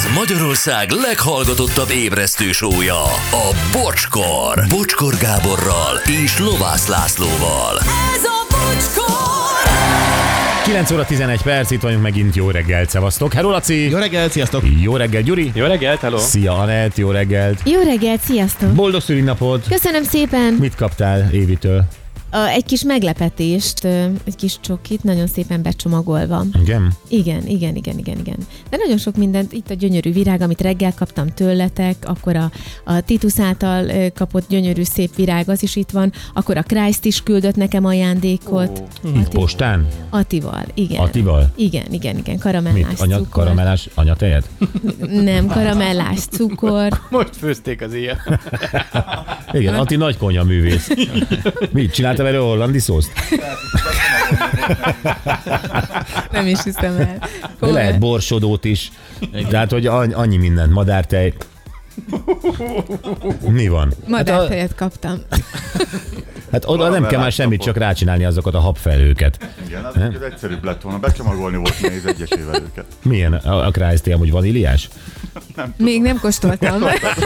Ez Magyarország leghallgatottabb ébresztő show-ja, a Bocskor. Bocskor Gáborral és Lovász Lászlóval. Ez a Bocskor! 9 óra 11 perc, itt vagyunk megint, jó reggelt, szevasztok. Hello, Laci! Jó reggelt, sziasztok! Jó reggel, Gyuri! Jó reggelt, hello! Szia, Anett, jó reggelt! Jó reggelt, sziasztok! Boldog szülinapot! Köszönöm szépen! Mit kaptál Évitől? Egy kis meglepetést, egy kis csokit, nagyon szépen becsomagolva. Igen? Igen. De nagyon sok mindent, itt a gyönyörű virág, amit reggel kaptam tőletek, akkor a Titus által kapott gyönyörű szép virág, az is itt van, akkor a Christ is küldött nekem ajándékot. Itt postán? Attival, igen. Attival? Igen, karamellás cukor. Karamellás anyatejed? Nem, karamellás cukor. Most főzték az ilyen. Igen, Atti nagy konya művész. Mit csináltál vele hollandi szószt? Nem is hiszem el. Lehet borsodót is. Tehát, hogy annyi mindent, madártej. Mi van? Madártejet kaptam. Hát oda nem kell már semmit, csak rácsinálni azokat a habfelhőket. Igen, az egyszerűbb lett volna. Becsomagolni volt nehéz egyesével őket. Milyen? A Christ amúgy vaníliás? Még nem kóstoltam.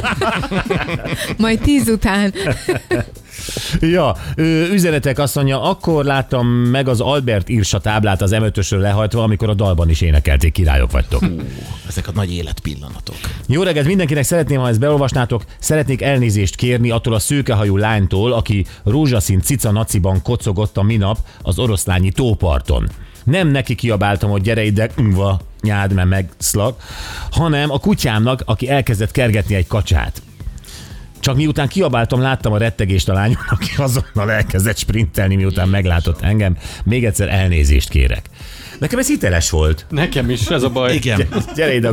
Majd 10 után. Ja, üzenetek azt mondja, akkor láttam meg az Albert Irsa táblát az M5-ösről lehajtva, amikor a dalban is énekelték, királyok vagytok. Ezek a nagy életpillanatok. Jó reggelt mindenkinek, szeretném, ha ezt beolvasnátok, szeretnék elnézést kérni attól a szőkehajú lánytól, aki rózsaszín cica naciban kocogott a minap az oroszlányi tóparton. Nem neki kiabáltam, hogy gyere ide, nyád, mert megszlak, hanem a kutyámnak, aki elkezdett kergetni egy kacsát. Csak miután kiabáltam, láttam a rettegést a lányon, aki azonnal elkezdett sprintelni, miután meglátott engem. Még egyszer elnézést kérek. Nekem ez hiteles volt. Nekem is, ez a baj. Igen. Gyere ide.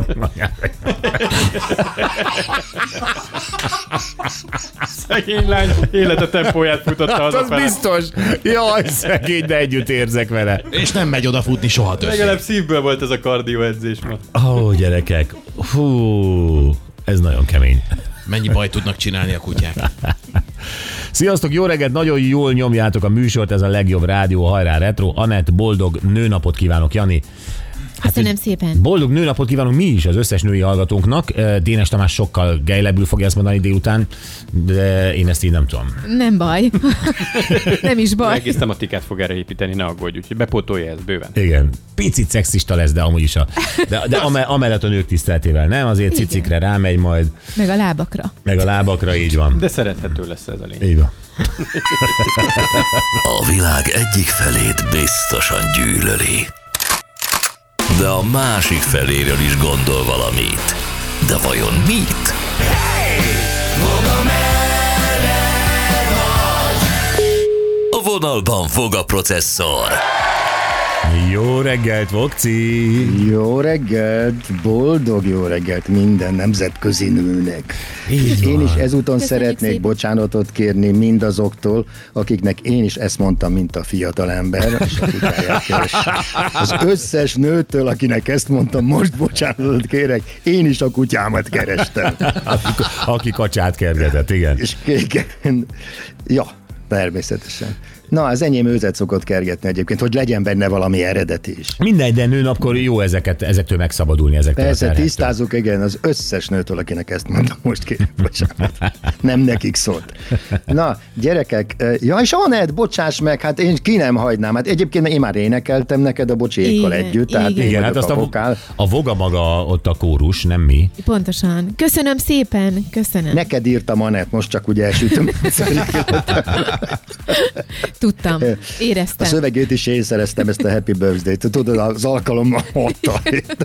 Szegény lány élete tempóját futotta Hát az hazafele. biztos. Jaj, szegény, de együtt érzek vele. És nem megy oda futni soha többé. Legalább szívből volt ez a kardioedzés ma. Ó, gyerekek. Hú, ez nagyon kemény. Mennyi bajt tudnak csinálni a kutyák. Sziasztok, jó reggelt, nagyon jól nyomjátok a műsort, ez a legjobb rádió, hajrá retro. Anett, boldog nőnapot kívánok, Jani. Köszönöm szépen. Boldog nőnapot kívánunk mi is az összes női hallgatónknak. Dénes Tamás sokkal gejlebbül fogja ezt mondani délután, de én ezt így nem tudom. Nem baj. Nem is baj. Egész tematikát fog erre építeni, ne aggódj, úgyhogy bepótolja ezt bőven. Igen, picit szexista lesz, de amúgy is de amellett a nők tiszteletével, nem? Azért Igen. cicikre rámegy majd, Meg a lábakra. meg a lábakra, így van. De szerethető lesz ez a lény. Így van. A világ egyik felét biztosan gyűlöli, de a másik feléről is gondol valamit. De vajon mit? A vonalban fog a processzor. Jó reggelt, Vokci! Jó reggelt, boldog jó reggelt minden nemzetközi nőnek. Én is ezúton szeretnék szépen. bocsánatot kérni mindazoktól, akiknek én is ezt mondtam, mint a fiatalember, és akik elkeresek. Az összes nőtől, akinek ezt mondtam, most bocsánatot kérek, én is a kutyámat kerestem. Aki kacsát kergetett, igen. És ja, természetesen. Na, az enyém őzet szokott kergetni egyébként, hogy legyen benne valami eredeti is. Mindegy, de nőnapkor jó ezektől megszabadulni, ezektől a Persze, terhektől. tisztázzuk, igen, az összes nőtől, akinek ezt mondtam, most kérem, bocsánat. Nem nekik szólt. Na, gyerekek, ja, és Anett, bocsáss meg, hát én ki nem hagynám. Hát egyébként én már énekeltem neked a bocsiékkal Igen, együtt, tehát igen. én Igen, hát vagyok azt a vokál. a voga maga ott a kórus, nem mi. Pontosan. Köszönöm szépen. Köszönöm. Neked írtam, Anett, most csak ugye elsütöm. Tudtam. A Éreztem. szövegét is én szereztem, ezt a Happy Birthday-t. Tudod, az alkalommal mondta.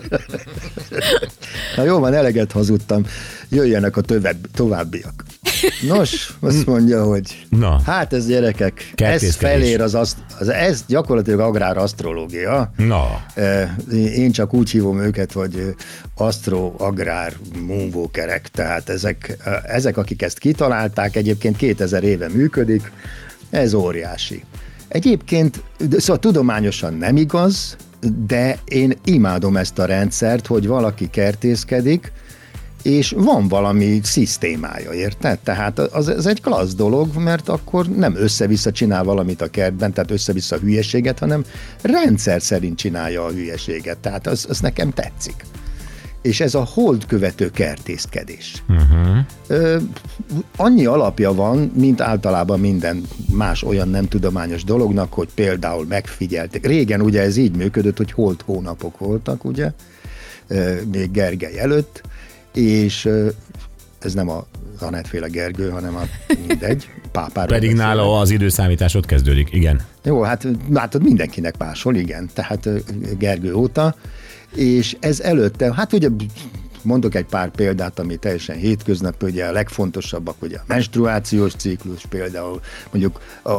Na jó van, eleget hazudtam. Jöjjenek a továbbiak. Nos, azt mondja, hogy Na. hát ez gyerekek, ez Kertészkedés. felér ez gyakorlatilag agrár-asztrológia. Na. Én csak úgy hívom őket, hogy asztro-agrár moonwalkerek, tehát ezek, akik ezt kitalálták, egyébként 2000 éve működik, ez óriási. Egyébként, szóval tudományosan nem igaz, de én imádom ezt a rendszert, hogy valaki kertészkedik, és van valami szisztémája, érted? Tehát ez egy klassz dolog, mert akkor nem össze-vissza csinál valamit a kertben, tehát össze-vissza hülyeséget, hanem rendszer szerint csinálja a hülyeséget. Tehát az nekem tetszik. és ez a hold követő kertészkedés. Annyi alapja van, mint általában minden más olyan nem tudományos dolognak, hogy például megfigyelték. Régen ugye ez így működött, hogy hold hónapok voltak, ugye, még Gergely előtt, és ez nem a Anett-féle Gergő, hanem a mindegy, pápáról. Pedig beszélek. nála az időszámítás ott kezdődik, igen. Jó, hát látod, mindenkinek máshol, igen, tehát Gergő óta, és ez előtte, hát ugye mondok egy pár példát, ami teljesen hétköznap, ugye a legfontosabbak, ugye a menstruációs ciklus például, mondjuk a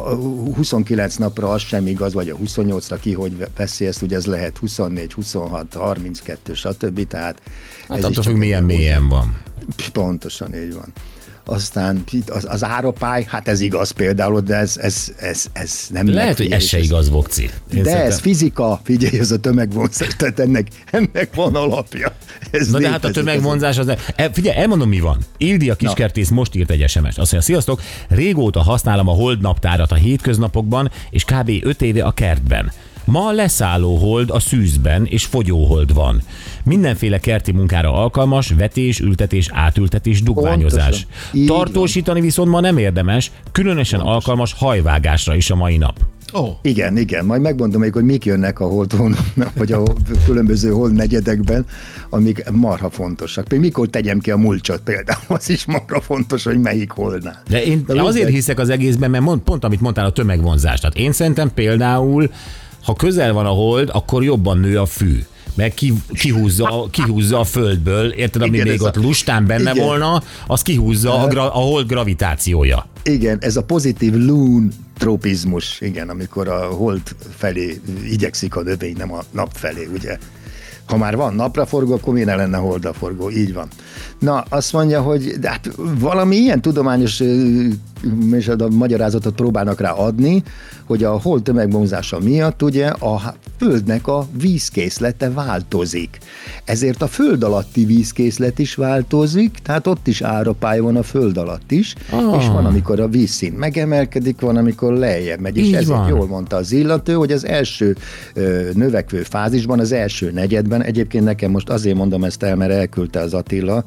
29 napra az sem igaz, vagy a 28-ra ki, hogy veszi ezt, ugye ez lehet 24, 26, 32, stb. Tehát Hát ez attól is függ, milyen mélyen van. Pontosan így van. Aztán az árapály, hát ez igaz például, de ez nem... Lehet, hogy ez se igaz, Vokci. De ez fizika, figyelj, ez a tömegvonzás, tehát ennek van alapja. Ez Na de hát a tömegvonzás, figyelj, elmondom, mi van. Ildi a kiskertész most írt egy SMS-t. Azt mondja, sziasztok, régóta használom a hold naptárat a hétköznapokban, és kb. 5 éve a kertben. Ma leszálló hold a szűzben, és fogyóhold van. Mindenféle kerti munkára alkalmas, vetés, ültetés, átültetés, dugványozás. Tartósítani viszont ma nem érdemes, különösen alkalmas hajvágásra is a mai nap. Igen, majd megmondom még, hogy mik jönnek a holdon, vagy a különböző hold negyedekben, amik marha fontosak. Például mikor tegyem ki a mulcsot például, az is marha fontos, hogy melyik holdnál. De én azért hiszek az egészben, mert pont amit mondtál, a tömegvonzás. Tehát én szerintem például, ha közel van a hold, akkor jobban nő a fű. Mert kihúzza a földből, érted, ami igen, még ott lustán benne volna, az kihúzza a hold gravitációja. Igen, ez a pozitív lúntropizmus, igen, amikor a hold felé igyekszik a növény, nem a nap felé, ugye. Ha már van napraforgó, akkor miért ne lenne holdaforgó? Így van. Na, azt mondja, hogy de hát valami ilyen tudományos és a magyarázatot próbálnak rá adni, hogy a hold tömegvonzása miatt ugye a Földnek a vízkészlete változik. Ezért a föld alatti vízkészlet is változik, tehát ott is árapály van a föld alatt is, és van, amikor a vízszint megemelkedik, van, amikor lejjebb megy, és ezért jól mondta az illető, hogy az első növekvő fázisban, az első negyedben, egyébként nekem most azért mondom ezt el, mert elküldte az Attila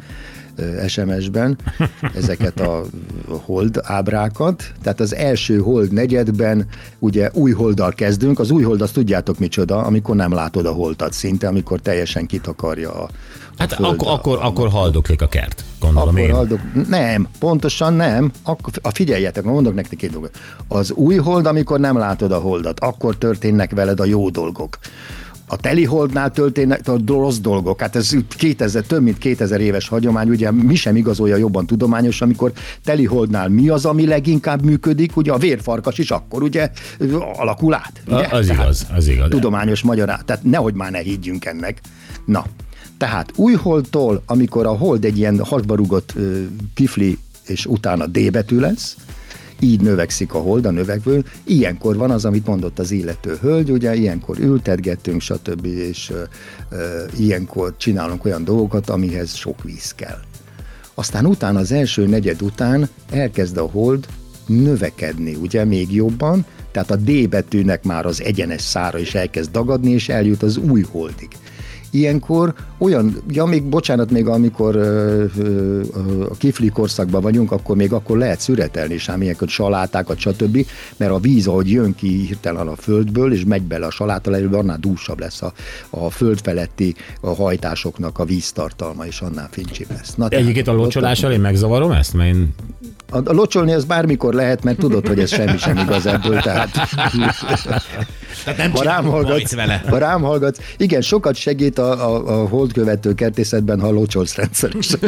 SMS-ben ezeket a hold ábrákat. Tehát az első hold negyedben ugye új holddal kezdünk. Az új hold, azt tudjátok micsoda, amikor nem látod a holdat szinte, amikor teljesen kitakarja a hát akkor haldoklik a kert, gondolom én. Nem, pontosan nem. Figyeljetek, mondok nektek egy dolgot. Az új hold, amikor nem látod a holdat, akkor történnek veled a jó dolgok. A teli holdnál történnek a rossz dolgok. Hát ez több mint 2000 éves hagyomány, ugye mi sem igazolja jobban tudományos, amikor teli holdnál mi az, ami leginkább működik, ugye a vérfarkas is akkor ugye alakul át. Ugye? Az igaz. Tudományos magyarázat. Tehát nehogy már ne higgyünk ennek. Na, tehát új holdtól, amikor a hold egy ilyen hasba rúgott kifli, és utána D betű lesz, így növekszik a hold, a növekvő. Ilyenkor van az, amit mondott az illető hölgy, ugye ilyenkor ültetgetünk, stb. És ilyenkor csinálunk olyan dolgokat, amihez sok víz kell. Aztán utána az első negyed után elkezd a hold növekedni, ugye még jobban, tehát a D betűnek már az egyenes szára is elkezd dagadni, és eljut az új holdig. Ilyenkor olyan, még amikor a kifli korszakban vagyunk, akkor lehet szüretelni is ám ilyenkor salátákat, stb., mert a víz, ahogy jön ki hirtelen a földből, és megy bele a salátalejébe, annál dúsabb lesz a föld feletti hajtásoknak a víztartalma, és annál fincsibb lesz. Egyébként a locsolással én megzavarom ezt? Mert én... A locsolni az bármikor lehet, mert tudod, hogy ez semmi sem igaz ebből, tehát nem ha rám hallgatsz. Igen, sokat segít a holdkövető kertészetben, ha locsolsz rendszeresen.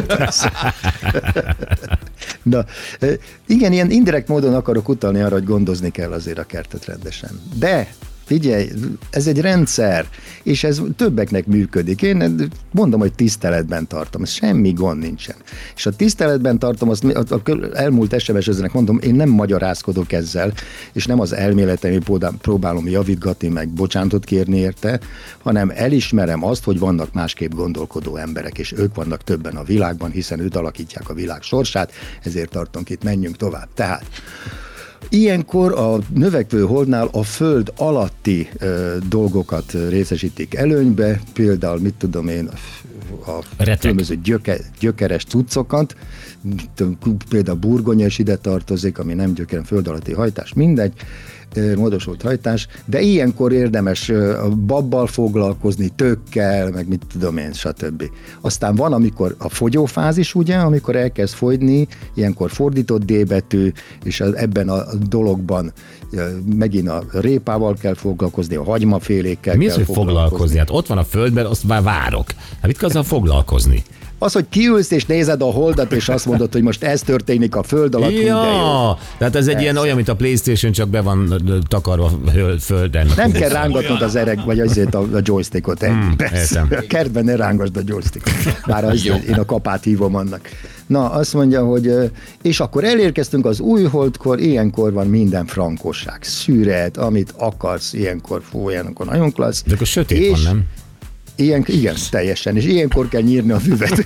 Na, igen, ilyen indirekt módon akarok utalni arra, hogy gondozni kell azért a kertet rendesen. De figyelj, ez egy rendszer, és ez többeknek működik. Én mondom, hogy tiszteletben tartom, ez semmi gond nincsen. És a tiszteletben tartom, azt elmúlt SMS-eznek mondom, én nem magyarázkodok ezzel, és nem az elméletemi próbálom javítgatni, meg bocsánatot kérni érte, hanem elismerem azt, hogy vannak másképp gondolkodó emberek, és ők vannak többen a világban, hiszen ők alakítják a világ sorsát, ezért tartunk itt, menjünk tovább. Tehát ilyenkor a növekvő holdnál a föld alatti dolgokat részesítik előnybe, például mit tudom én, különböző gyökeres cuccokat, például burgonya is ide tartozik, ami nem gyökeren, föld alatti hajtás, mindegy, módosult hajtás, de ilyenkor érdemes babbal foglalkozni, tökkel, meg mit tudom én, stb. Aztán van, amikor a fogyófázis, ugye, amikor elkezd fogyni, ilyenkor fordított D betű, és ebben a dologban megint a répával kell foglalkozni, a hagymafélékkel Mi kell az, hogy foglalkozni? Hát ott van a földben, azt már várok. Hát mit kell azzal foglalkozni? Az, hogy kiülsz és nézed a holdat, és azt mondod, hogy most ez történik a föld alatt, de jó. Tehát ez egy ilyen olyan, mint a PlayStation, csak be van takarva földön. Nem kell rángatnod az vagy azért a joystickot. A kertben ne rángasd a joystickot. Bár én a kapát hívom annak. Na, azt mondja, hogy és akkor elérkeztünk az új holdkor, ilyenkor van minden frankosság. Szüret, amit akarsz, ilyenkor olyankor nagyon klassz. De akkor sötét van, nem? Igen, teljesen. És ilyenkor kell nyírni a füvet,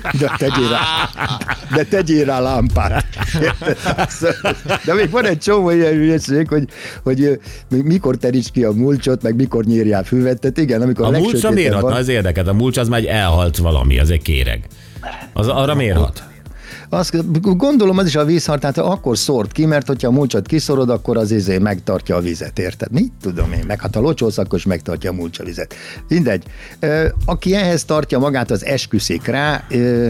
de tegyél rá lámpát. De még van egy csomó ilyen hülyeség, hogy mikor teríts ki a mulcsot, meg mikor nyírjál füvet. Tehát igen, amikor a mulcsra mérhatna, az érdeket. A mulcs az már egy elhalt valami, az egy kéreg. Arra mérhat. Azt gondolom, az is a vízhartát akkor szort ki, mert hogyha a mulcsot kiszorod, akkor az megtartja a vizet, érted? Mit tudom én? Meg hát ha locsolsz, akkor is megtartja a mulcs a vizet. Mindegy. Aki ehhez tartja magát, az esküszik rá.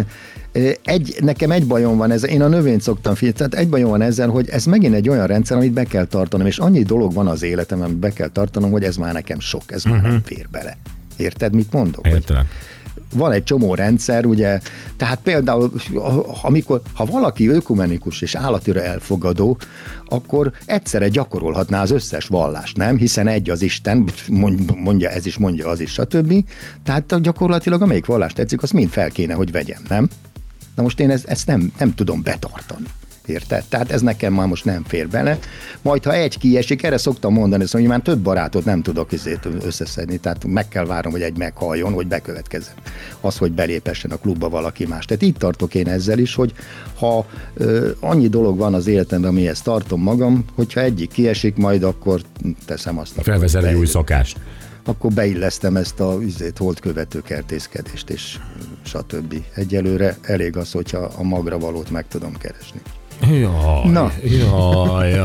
Nekem egy bajom van ezzel, én a növényt szoktam figyelni, tehát egy bajom van ezzel, hogy ez megint egy olyan rendszer, amit be kell tartanom, és annyi dolog van az életemben, amit be kell tartanom, hogy ez már nekem sok, ez már nem fér bele. Érted, mit mondok? Értelek. Van egy csomó rendszer, ugye, tehát például, ha valaki ökumenikus és állatira elfogadó, akkor egyszerre gyakorolhatná az összes vallást, nem? Hiszen egy az Isten, mondja ez is, mondja az is, stb. Tehát gyakorlatilag amelyik vallást tetszik, azt mind fel kéne, hogy vegyem, nem? Na most én ezt nem tudom betartani. Érted? Tehát ez nekem már most nem fér bele. Majd, ha egy kiesik, erre szoktam mondani, hogy már több barátot nem tudok összeszedni, tehát meg kell várnom, hogy egy meghaljon, hogy bekövetkezzen. Az, hogy belépessen a klubba valaki más. Tehát itt tartok én ezzel is, hogy ha annyi dolog van az életemben, amihez tartom magam, hogyha egyik kiesik, majd akkor teszem azt. Felveszel egy új szokást. Akkor beillesztem ezt a holdkövető kertészkedést, és stb. Egyelőre elég az, hogyha a magra valót meg tudom keresni. Jaj.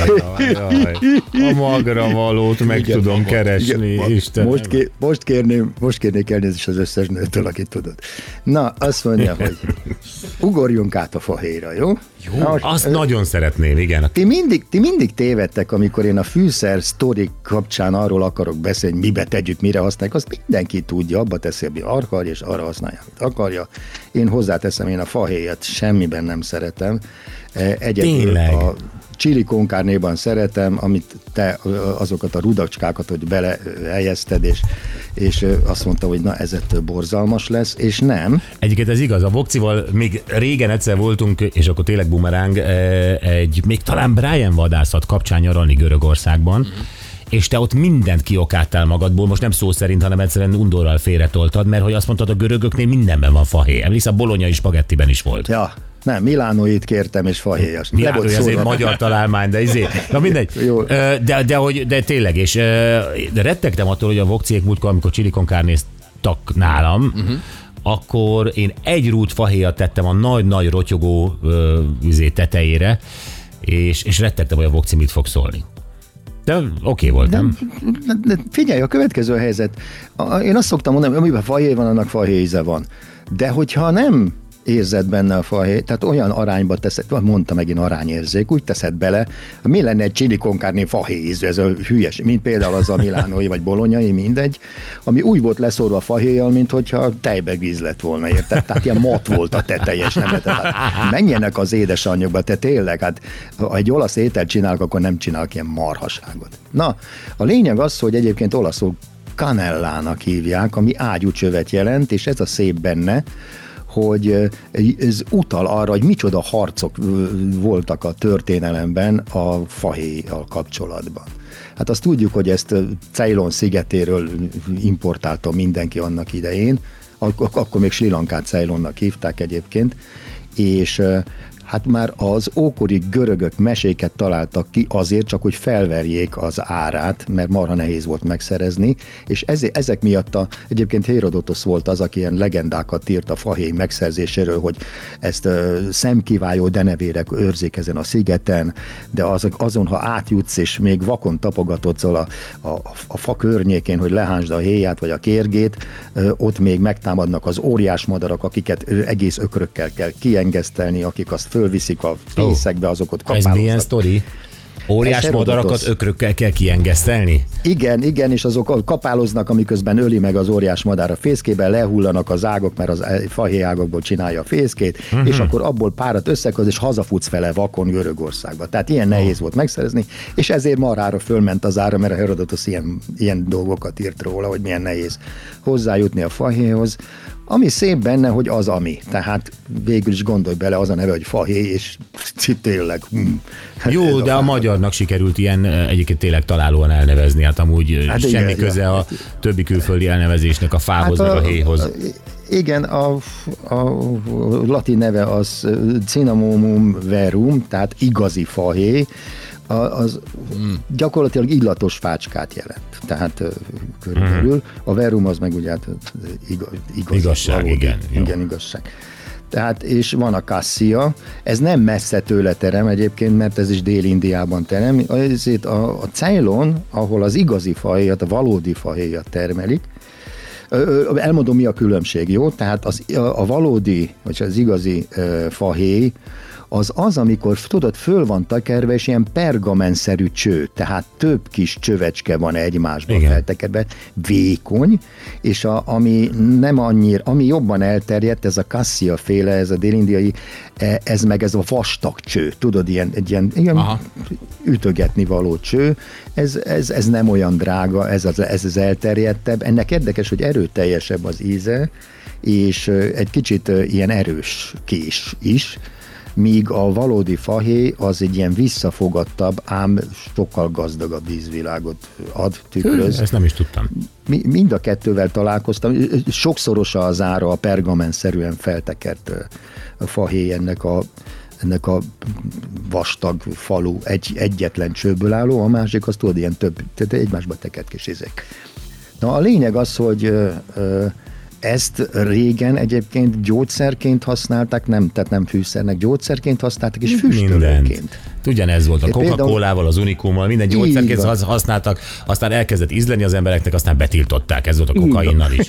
A magra valót meg igen, tudom keresni, Istenem. Most kérnék elnézést az összes nőtől, akit tudod. Na, azt mondja, hogy ugorjunk át a fahéjra, jó? Azt nagyon szeretném, igen. Ti mindig tévedtek, amikor én a fűszer sztorik kapcsán arról akarok beszélni, mibe tegyük, mire használjuk, azt mindenki tudja, abba teszi, ami akarja, és arra használja, amit akarja. Én hozzáteszem, én a fahéjat semmiben nem szeretem. Egyedül a chili con carnéban szeretem, amit te azokat a rudacskákat, hogy bele helyezted, és azt mondta, hogy na ez ettől borzalmas lesz, és nem. Egyébként ez igaz, a Vokcival még régen egyszer voltunk, és akkor tényleg bumeráng, még talán Brian vadászat kapcsán nyaralni Görögországban, és te ott mindent kiokáltál magadból, most nem szó szerint, hanem egyszerűen undorral félretoltad, mert hogy azt mondtad, a görögöknél mindenben van fahéj. Emlékszel, a bolonyai spagettiben is volt. Ja. Nem, Milánóit kértem, és fahéjas. Milánói azért magyar találmány, de na mindegy. De tényleg, és de rettegtem attól, hogy a vokciék múltkor, amikor chili con carnéztak nálam, akkor én egy rút fahéjat tettem a nagy-nagy rotyogó tetejére, és rettegtem, hogy a vokci mit fog szólni. De oké volt, nem? De figyelj, a következő helyzet. Én azt szoktam mondani, hogy amiben fahéj van, annak fahéjze van. De hogyha nem érzed benne a fahéj, tehát olyan arányba teszed, mondta megint arányérzék, úgy teszed bele, mi lenne egy chili con carne fahéjző, ez a hülyes, mint például az a milánói vagy bolonyai, mindegy, ami úgy volt leszórva a fahéjjal, mint hogyha tejbe víz lett volna, érted? Tehát ilyen mat volt a tetejes, nem lehetett. Hát menjenek az édesanyagba, te tényleg, hát ha egy olasz ételt csinálok, akkor nem csinálok ilyen marhaságot. Na, a lényeg az, hogy egyébként olaszul canellának hívják, ami ágyúcsövet jelent, és ez a szép benne, hogy ez utal arra, hogy micsoda harcok voltak a történelemben a fahéjjal kapcsolatban. Hát azt tudjuk, hogy ezt Ceylon szigetéről importálta mindenki annak idején, akkor még Sri Lankát Ceylonnak hívták egyébként, és Hát már az ókori görögök meséket találtak ki azért csak, hogy felverjék az árát, mert marha nehéz volt megszerezni, és ezek miatt egyébként Hérodotosz volt az, aki ilyen legendákat írt a fahéj megszerzéséről, hogy ezt szemkivályó denevérek őrzik ezen a szigeten, de azon, ha átjutsz, és még vakon tapogatodsz a fa környékén, hogy lehánsd a héját vagy a kérgét, ott még megtámadnak az óriás madarak, akiket egész ökrökkel kell kiengesztelni, akik azt fölviszik a fészekbe, azokat kapálóznak. Ez milyen sztori? Óriás madarakat ökrökkel kell kiengesztelni? Igen, és azok kapáloznak, amiközben öli meg az óriás madár a fészkében, lehullanak az ágok, mert az fahéj ágakból csinálja a fészkét, és akkor abból párat összeköz, és hazafutsz vele vakon Görögországba. Tehát ilyen nehéz volt megszerezni, és ezért marhára fölment az ára, mert a Herodotosz ilyen dolgokat írt róla, hogy milyen nehéz hozzájutni a fahéjhoz. Ami szép benne, hogy az ami. Tehát végül is gondolj bele, az a neve, hogy fahéj, és tényleg... Jó, de a magyarnak sikerült ilyen egyébként tényleg találóan elnevezni, hát amúgy semmi köze a többi külföldi elnevezésnek a fához, meg a héjhoz. Igen, a latin neve az Cinnamomum verum, tehát igazi fahéj, az gyakorlatilag illatos fácskát jelent. Tehát körülbelül. A verum az meg ugye hát igazság, valódi, igen, igazság. Tehát, és van a cassia, ez nem messze tőle terem egyébként, mert ez is Dél-Indiában terem. Ezért a Ceylon, ahol az igazi fahéjat, a valódi fahéjat termelik, elmondom, mi a különbség, jó? Tehát a valódi, vagy az igazi fahéj, az, amikor tudod, föl van takerve, és ilyen pergamenszerű cső, tehát több kis csövecske van egymásban feltekerve, vékony, és ami nem annyira, ami jobban elterjedt, ez a cassia féle, ez a dél-indiai, ez meg ez a vastag cső, tudod, egy ilyen ütögetni való cső, ez nem olyan drága, ez az elterjedtebb, ennek érdekes, hogy erőteljesebb az íze, és egy kicsit ilyen erős kés is, míg a valódi fahéj az egy ilyen visszafogottabb, ám sokkal gazdagabb ízvilágot ad, tükröz. Ezt nem is tudtam. Mind a kettővel találkoztam. Sokszorosa az ára a pergamenszerűen feltekert fahéj ennek a vastag falu, egyetlen csőből álló, a másik az tudod, ilyen több, tehát egymásba tekert kis izék. Na a lényeg az, hogy ezt régen egyébként gyógyszerként használták, tehát nem fűszernek, gyógyszerként használták, és füstölőként. Ugyanez volt a Coca-Colával, az Unikummal, minden gyógyszerként használtak, aztán elkezdett ízleni az embereknek, aztán betiltották, ez volt a kokainnal is.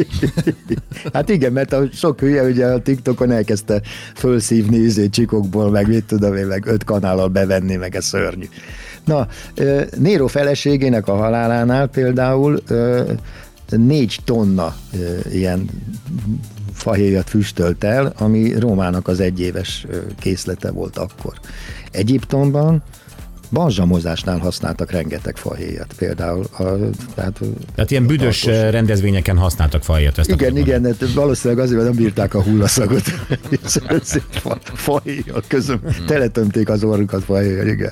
Hát igen, mert a sok hülye ugye a TikTokon elkezdte fölszívni csikokból, meg mit tudom én, meg 5 kanállal bevenni, meg ez szörnyű. Na, Nero feleségének a halálánál például 4 tonna ilyen fahéjat füstölt el, ami Rómának az 1 éves készlete volt akkor. Egyiptomban balzsamozásnál használtak rengeteg fahéjat, például. Tehát ilyen büdös rendezvényeken használtak fahéjat. Igen, valószínűleg azért, hogy nem bírták a hullaszagot. Fahéjat közben teletömték az orrukat fahéjat, igen.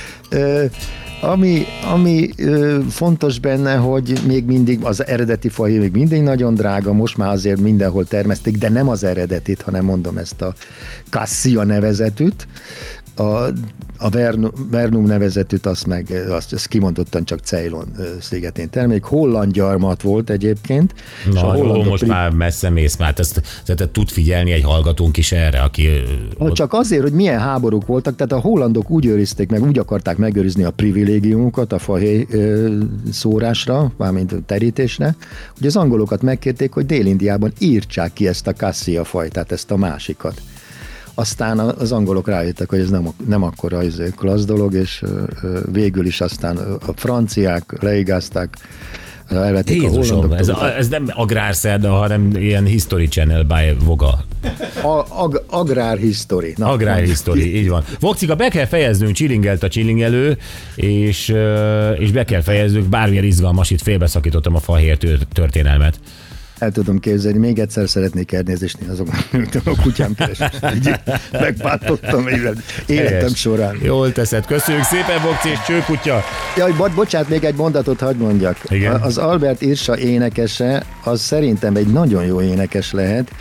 Ami fontos benne, hogy még mindig az eredeti fahéj még mindig nagyon drága, most már azért mindenhol termesztik, de nem az eredetit, hanem mondom ezt a cassia nevezetűt, a Vernum nevezetűt, azt kimondottan csak Ceylon szigetén termelik. Holland gyarmat volt egyébként. Most már messze mész, már ezt tud figyelni egy hallgatónk is erre, aki... Csak azért, hogy milyen háborúk voltak, tehát a hollandok úgy őrizték meg, úgy akarták megőrizni a privilégiumokat a fahéj szórásra, mármint terítésre, hogy az angolokat megkérték, hogy Dél-Indiában írtsák ki ezt a cassia fajtát, ezt a másikat. Aztán az angolok rájöttek, hogy ez nem akkora klassz dolog, és végül is aztán a franciák leigázták, elvették a hollandoktól. Ez nem agrárszerda, hanem ilyen History Channel by Voga. Agrárhistory. Agrárhistory, így van. Vokcika, be kell fejeznünk, csilingelt a csilingelő, és be kell fejeznünk, bármilyen izgalmas, itt félbeszakítottam a fahéj történelmet. El tudom képzelni, még egyszer szeretnék elnézést azoknak, a kutyám keresni. Megpártottam életem során. Jól teszed. Köszönjük szépen, Vokci és Csőkutya. Jaj, bocsánat, még egy mondatot hadd mondjak. Igen? Az Albert Irsa énekese, az szerintem egy nagyon jó énekes lehet,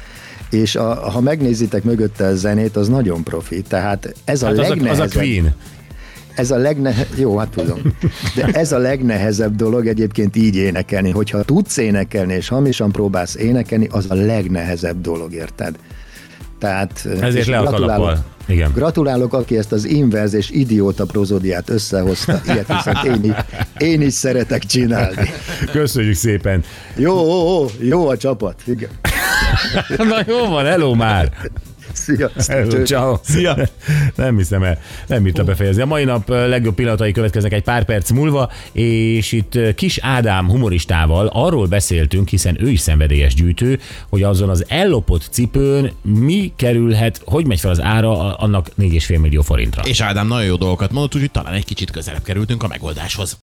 és ha megnézitek mögötte a zenét, az nagyon profi. Tehát ez a Hát legnehezebb... az a Queen. Ez a jó, hát tudom. De ez a legnehezebb dolog egyébként így énekelni. Hogyha tudsz énekelni, és hamisan próbálsz énekelni, az a legnehezebb dolog, érted? Tehát, ezért le a kalappal. Igen. Gratulálok, aki ezt az inverz és idióta prozódiát összehozta. Ilyet viszont én is szeretek csinálni. Köszönjük szépen. Jó a csapat. Igen. Na jó van, hello már. Szia. Hello, ciao. Szia. Nem hiszem el, nem bírta befejezni. A mai nap legjobb pillanatai következnek egy pár perc múlva, és itt Kis Ádám humoristával arról beszéltünk, hiszen ő is szenvedélyes gyűjtő, hogy azon az ellopott cipőn mi kerülhet, hogy megy fel az ára annak 4,5 millió forintra. És Ádám nagyon jó dolgokat mondott, úgyhogy talán egy kicsit közelebb kerültünk a megoldáshoz.